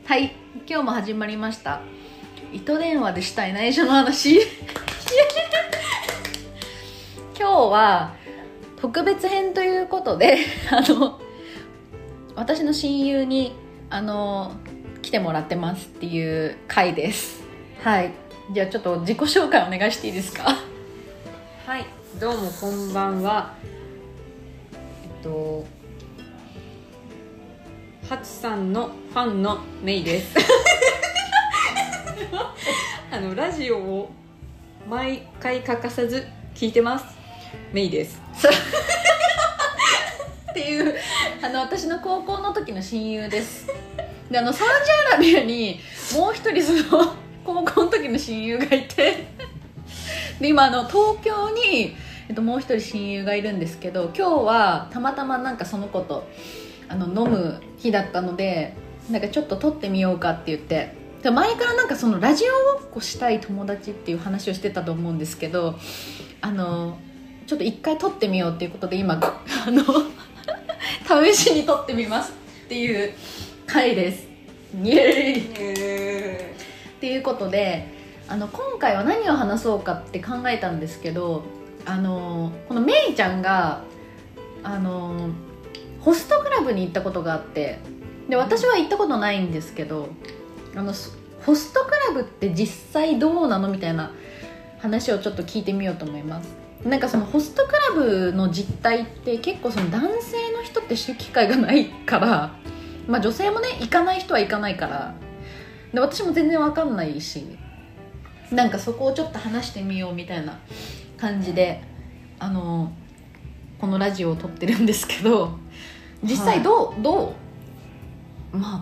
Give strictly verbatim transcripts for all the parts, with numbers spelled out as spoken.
はい、今日も始まりました糸電話でしたい内緒の話今日は特別編ということであの私の親友にあの来てもらってますっていう回です。はい、じゃあちょっと自己紹介お願いしていいですか？ はい、どうもこんばんは。えっとハチさんのファンのメイですあのラジオを毎回欠かさず聞いてます、メイですっていうあの私の高校の時の親友です。であのサウジアラビアにもう一人その高校の時の親友がいてで今あの東京に、えっと、もう一人親友がいるんですけど、今日はたまたまなんかその子とあの飲む日だったので、なんかちょっと撮ってみようかって言って、で前からなんかそのラジオごっこしたい友達っていう話をしてたと思うんですけど、あのちょっと一回撮ってみようっていうことで今あの試しに撮ってみますっていう回です。イエーイっていうことで、あの今回は何を話そうかって考えたんですけど、あのこのメイちゃんがあのホストクラブに行ったことがあって、で私は行ったことないんですけど、あのホストクラブって実際どうなのみたいな話をちょっと聞いてみようと思います。なんかそのホストクラブの実態って結構その男性の人って知る機会がないから、まあ、女性もね行かない人は行かないから、で私も全然わかんないし、なんかそこをちょっと話してみようみたいな感じであのこのラジオを撮ってるんですけど、実際どう、はい、どうまあ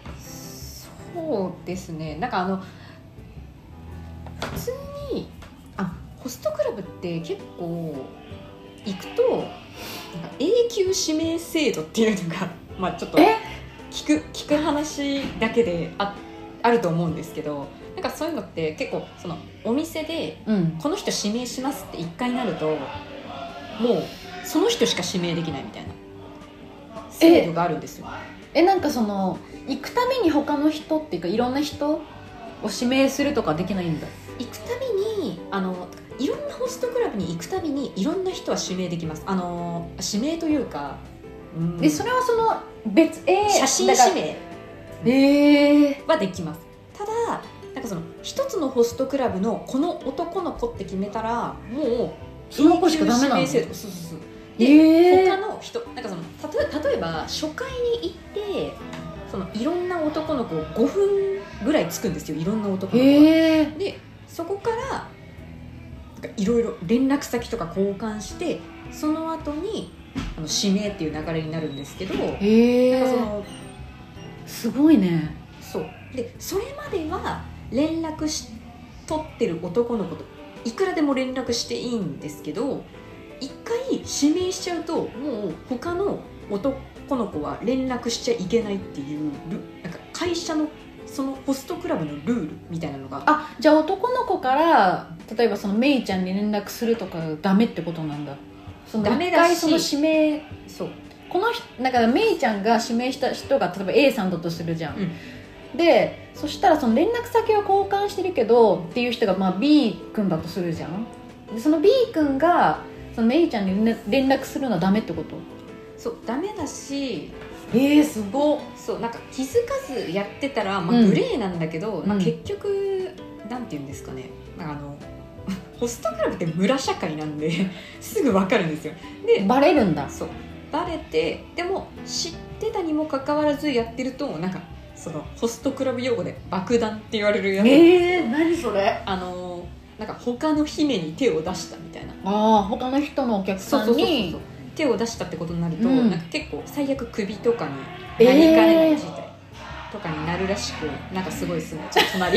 そうですね、なんかあの普通にあホストクラブって結構行くとなんか永久指名制度っていうのがまあちょっと聞く聞く話だけで あ, あると思うんですけど、なんかそういうのって結構そのお店でこの人指名しますっていっかいになると、もうその人しか指名できないみたいな制度があるんですよ。 え、えなんかその行くたびに他の人っていうかいろんな人を指名するとかできないんだ。 行くたびにあのいろんなホストクラブに行くたびにいろんな人は指名できます。あの指名というか、 うん、でそれはその別、えー、 写真指名えー、 はできます。ただなんかその一つのホストクラブのこの男の子って決めたらもうその子しかダメなの？ そうそうそうそう。で、 えー、 他の人なんかそのたと例えば初回に行ってそのいろんな男の子ごふんぐらいつくんですよ、いろんな男の子が、 えー、 でそこからいろいろ連絡先とか交換して、その後にあの指名っていう流れになるんですけど、 えー、 なんかそのすごいね。 そうでそれまでは連絡し取ってる男の子といくらでも連絡していいんですけど、一回指名しちゃうともう他の男の子は連絡しちゃいけないっていうなんか会社のそのホストクラブのルールみたいなのが、 あ、じゃあ男の子から例えばそのメイちゃんに連絡するとかダメってことなんだ。そのダメだし、 その指名、 そうこのだからメイちゃんが指名した人が例えば A さんだとするじゃん、うん、でそしたらその連絡先は交換してるけどっていう人がまあ B 君だとするじゃん。でその B 君がそのメイちゃんに連絡するのはダメってこと？ そうダメだし、 えー、すごっ。 そうなんか気づかずやってたら、まあ、グレーなんだけど、うんまあ、結局なんて言うんですかね、なんかあのホストクラブって村社会なんですぐ分かるんですよ。でバレるんだ。 そうバレて、でも知ってたにもかかわらずやってるとなんかそのホストクラブ用語で爆弾って言われるやつ。 えー、何それ？ あのなんか他の姫に手を出したみたいな。 ああ、他の人のお客さんにそうそうそうそう手を出したってことになると、うん、なんか結構最悪首とかになりかねない事態とかになるらしく、えー、なんかすごいですね。ちょっと隣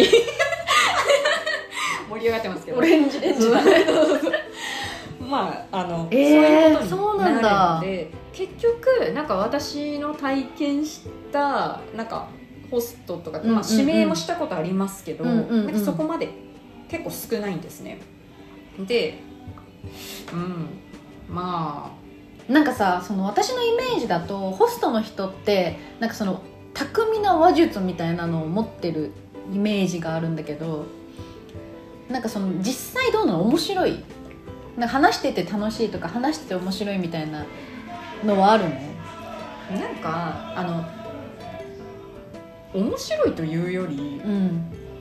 盛り上がってますけど、 オレンジレンジだまああの、 えー、 そういうことになるので、結局なんか私の体験したなんかホストとか、うんうんうん、まあ、指名もしたことありますけど、うんうんうん、なんかそこまで結構少ないんですね。で、うん、まあなんかさ、その私のイメージだとホストの人ってなんかその巧みな話術みたいなのを持ってるイメージがあるんだけど、なんかその実際どうなの、面白い、なんか話してて楽しいとか話してて面白いみたいなのはあるの？ なんかあの面白いというより、 うん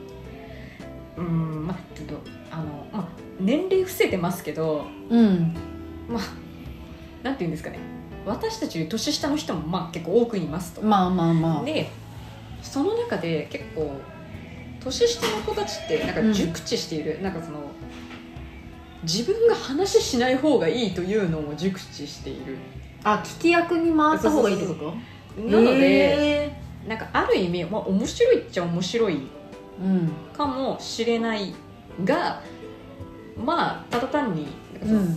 うんまあちょっとあの、まあ、年齢伏せてますけど、 うんまあなんていうんですかね、私たちより年下の人もまあ結構多くいますと。 まあまあまあでその中で結構年下の子たちってなんか熟知している、うん、なんかその自分が話しない方がいいというのを熟知している。 あ、聞き役に回った方がいいってこと？ なのでなんかある意味、まあ、面白いっちゃ面白いかもしれないが、うん、まあただ単になんかその、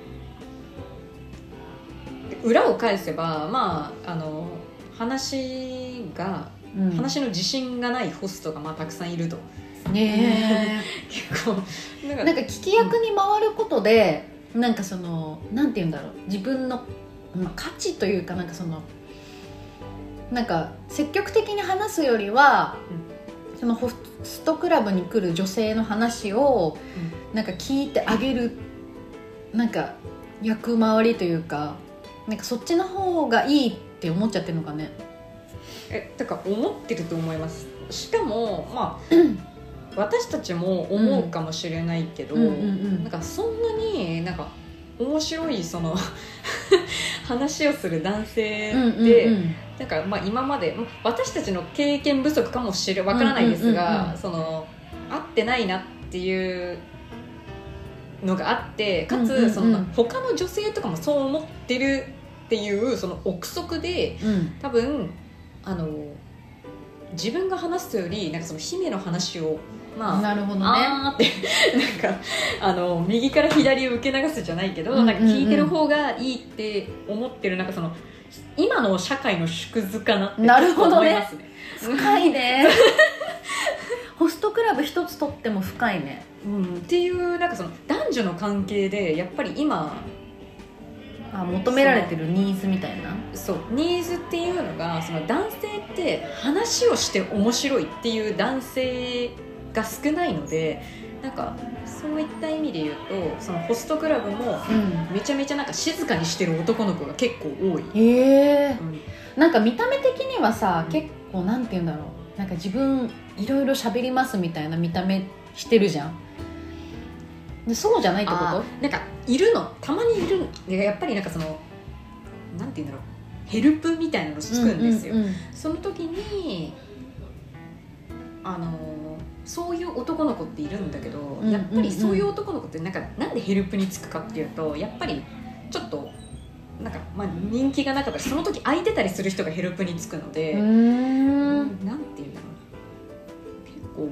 うん、裏を返せばまああの話が、うん、話の自信がないホストがまあたくさんいると。 ね結構なんか、なんか聞き役に回ることで、うん、なんかそのなんて言うんだろう、自分の、まあ、価値というか、なんかそのなんか積極的に話すよりは、うん、そのホストクラブに来る女性の話を、うん、なんか聞いてあげる、なんか役回りというか、なんかそっちの方がいいって思っちゃってるのかね。 え、だから思ってると思います。しかもまあ、うん私たちも思うかもしれないけど、うんうんうんうん、なんかそんなになんか面白いその話をする男性って、うんうんうん、なんかまあ今まで私たちの経験不足かもしれわからないですが、うんうんうんうん、その合ってないなっていうのがあって、かつ、うんうんうん、その他の女性とかもそう思ってるっていうその憶測で、うん、多分あの自分が話すよりなんかその姫の話をまあ、 なるほどね、 あーってなんかあの右から左を受け流すじゃないけど、うんうんうん、なんか聞いてる方がいいって思ってる、なんかその今の社会の縮図かなって思いますね。なるほどね、 深いねホストクラブ一つとっても深いね、 うん、っていうなんかその男女の関係でやっぱり今あ求められてるニーズみたいな、 そうニーズっていうのが、その男性って話をして面白いっていう男性が少ないので、なんかそういった意味で言うとそのホストクラブもめちゃめちゃなんか静かにしてる男の子が結構多い。 へー、うん、なんか見た目的にはさ、うん、結構なんて言うんだろう、なんか自分いろいろ喋りますみたいな見た目してるじゃん。でそうじゃないってこと？ なんかいるの、たまにいるで、やっぱりなんかそのなんて言うんだろう、ヘルプみたいなのつくんですよ、うんうんうん、その時にあのそういう男の子っているんだけど、うんうんうん、やっぱりそういう男の子ってなんかなんでヘルプにつくかっていうと、やっぱりちょっとなんかまあ人気がなかったり、その時空いてたりする人がヘルプにつくので、うーん、なんていうんだろう、結構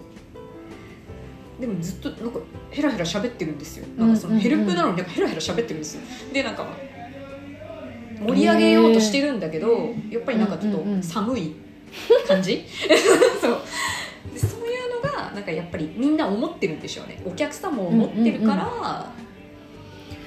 でもずっとなんかヘラヘラ喋ってるんですよ。なんかそのヘルプなのになんかヘラヘラ喋ってるんですよ。でなんか盛り上げようとしてるんだけど、やっぱりなんかちょっと寒い感じそうで、そういうのがなんかやっぱりみんな思ってるんでしょうね。お客さんも思ってるから、うんうんうん、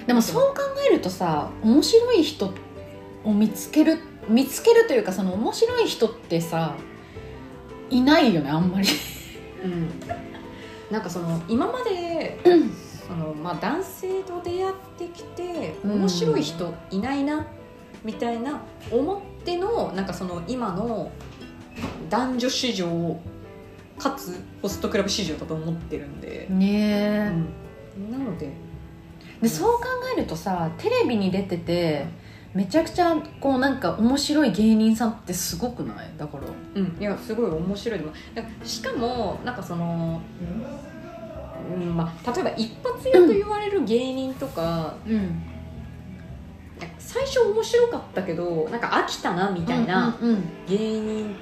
でもそう考えるとさ、面白い人を見つける見つけるというか、その面白い人ってさいないよね、あんまり、 うん、なんかその今まで、うん、そのまあ男性と出会ってきて面白い人いないな、うん、みたいな思ってのなんかその今の男女市場かつホストクラブ市場だと思ってるんでね、 うん、なのででそう考えるとさ、テレビに出ててめちゃくちゃこうなんか面白い芸人さんってすごくない？だからうん、いやすごい面白い。しかもなんかその、うんまあ、例えば一発屋と言われる芸人とか、うん、最初面白かったけどなんか飽きたなみたいな芸人って、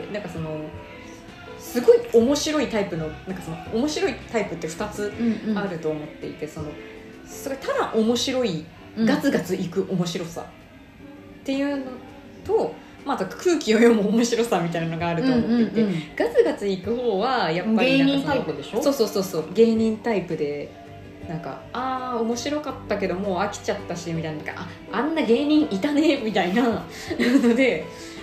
なんかそのすごい面白いタイプのなんかその面白いタイプってふたつあると思っていて、そのそれただ面白いガツガツいく面白さっていうのと、まあ、空気を読む面白さみたいなのがあると思っていて、うんうんうん、ガツガツいく方はやっぱりなんかその芸人タイプでしょ？ そうそうそうそう、芸人タイプでなんかあー面白かったけどもう飽きちゃったしみたいな、なんか あ, あんな芸人いたねみたいなので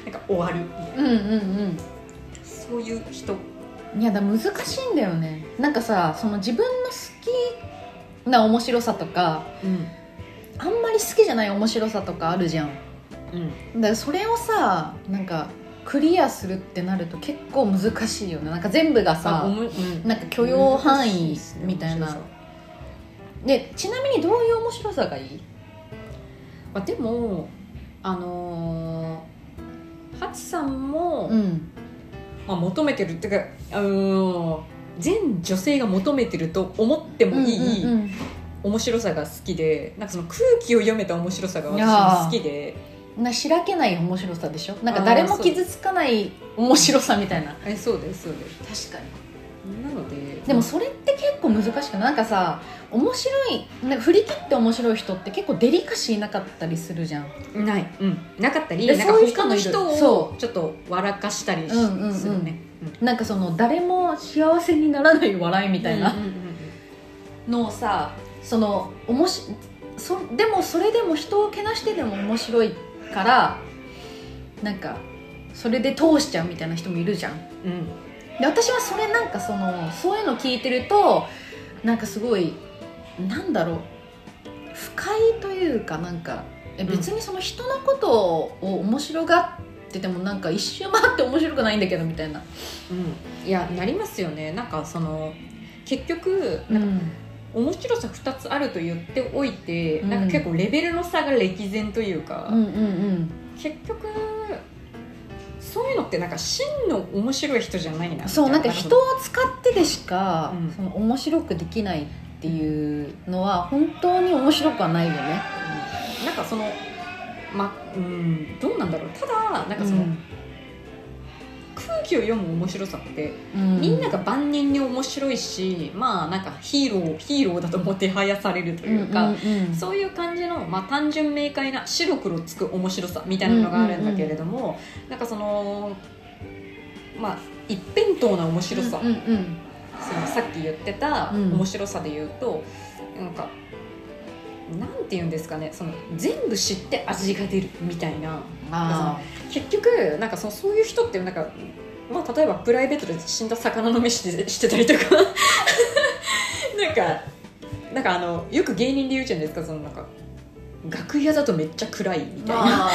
なんか終わるみたいな、 うんうんうんそういう人。 いやだ難しいんだよね。なんかさその自分の好きな面白さとかうんあんまり好きじゃない面白さとかあるじゃん。 うんだからそれをさなんかクリアするってなると結構難しいよね。なんか全部がさおもうんなんか許容範囲難しですねみたいな面白さで、ちなみにどういう面白さがいい？ まあ、でもあのー、ハチさんも、 うんまあ、求めてるっていうか、あのー、全女性が求めてると思ってもいい、 うんうんうん面白さが好きで、なんかその空気を読めた面白さが私も好きで、 なしらけない面白さでしょ。なんか誰も傷つかない面白さみたいな。 えそうですそうです確かに。 なのででもそれって結構難しくない？なんかさ面白いなんか振り切って面白い人って結構デリカシーなかったりするじゃん。 ない、うん、なかったり、 でなんかそういう人もいる他の人そをちょっと笑かしたりしうんうんうんするね、 なんかその誰も幸せにならない笑いみたいなうんうんうんのをさ、そのおもしそでもそれでも人をけなしてでも面白いからなんかそれで通しちゃうみたいな人もいるじゃん。 うんで私はそれなんかそのそういうの聞いてるとなんかすごいなんだろう不快というかなんかえ別にその人のことを面白がっててもなんか一周回って面白くないんだけどみたいな、 うん、いやなりますよね。なんかその結局なんか、 うん面白さふたつあると言っておいて、 うんなんか結構レベルの差が歴然というか、 うんうんうん結局そういうのってなんか真の面白い人じゃないな。 そうなんか人をを使ってでしか、 うんその面白くできないっていうのは本当に面白くはないよね。 なんかそのまうんどうなんだろう。ただなんかその、 うん空気を読む面白さって、 うん、 みんなが万人に面白いし、まあなんかヒーローヒーローだともてはやされるというか、 うんうんうん、 そういう感じの、まあ、単純明快な白黒つく面白さみたいなのがあるんだけれども、なんかそのまあ一辺倒な面白さ、 うんうんうん、 そのさっき言ってたうん面白さで言うと、なんかなんて言うんですかね、その全部知って味が出るみたいな。 あ結局なんかそのそういう人ってなんか、まあ、例えばプライベートで死んだ魚の飯してしてたりとかなんかなんかあのよく芸人で言うじゃないですか、そのなんか楽屋だとめっちゃ暗いみたいな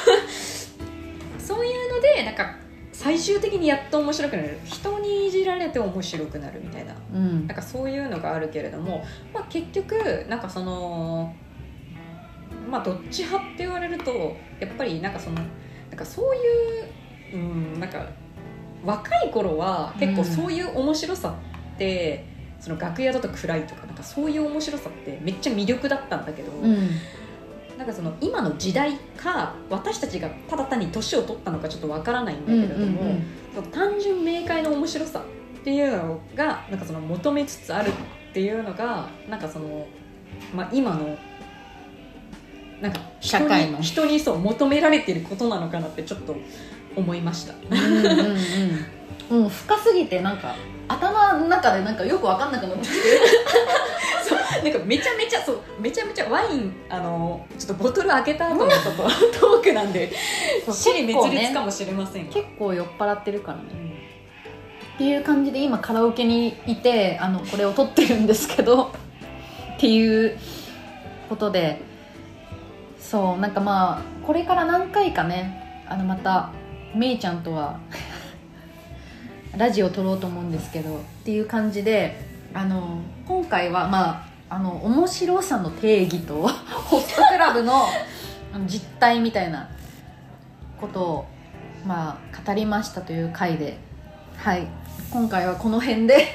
そういうのでなんか最終的にやっと面白くなる、人にいじられて面白くなるみたいな、 ー、うんなんかそういうのがあるけれども、まあ、結局なんかそのまあどっち派って言われるとやっぱりなんかそのなんかそういう、うん、なんか若い頃は結構そういう面白さって、うん、その楽屋だと暗いとかなんかそういう面白さってめっちゃ魅力だったんだけど、 うん、 なんかその今の時代か私たちがただ単に年を取ったのかちょっとわからないんだけれども、 うんうんうん、 その単純明快な面白さっていうのがなんかその求めつつあるっていうのがなんかその、まあ、今のなんか人に社会の人にそう求められていることなのかなってちょっと思いました。 うんうんうん、もう深すぎてなんか頭の中でなんかよく分かんなくなってきてそうなんかめちゃめちゃそうめちゃめちゃワインあのちょっとボトル開けた後のちょっとトークなんで支離滅裂かもしれませんが、 結構酔っ払ってるからね、うん、っていう感じで今カラオケにいてあのこれを撮ってるんですけどっていうことで、そうなんかまあこれから何回かねあのまためいちゃんとはラジオを撮ろうと思うんですけどっていう感じで、あの今回はまああの面白さの定義とホストクラブの実態みたいなことをまあ語りましたという回で、はい今回はこの辺で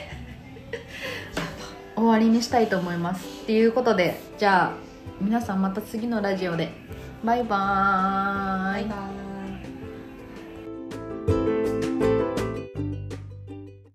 終わりにしたいと思いますっていうことで、じゃあ皆さんまた次のラジオでバイバーイ。 バイバイ。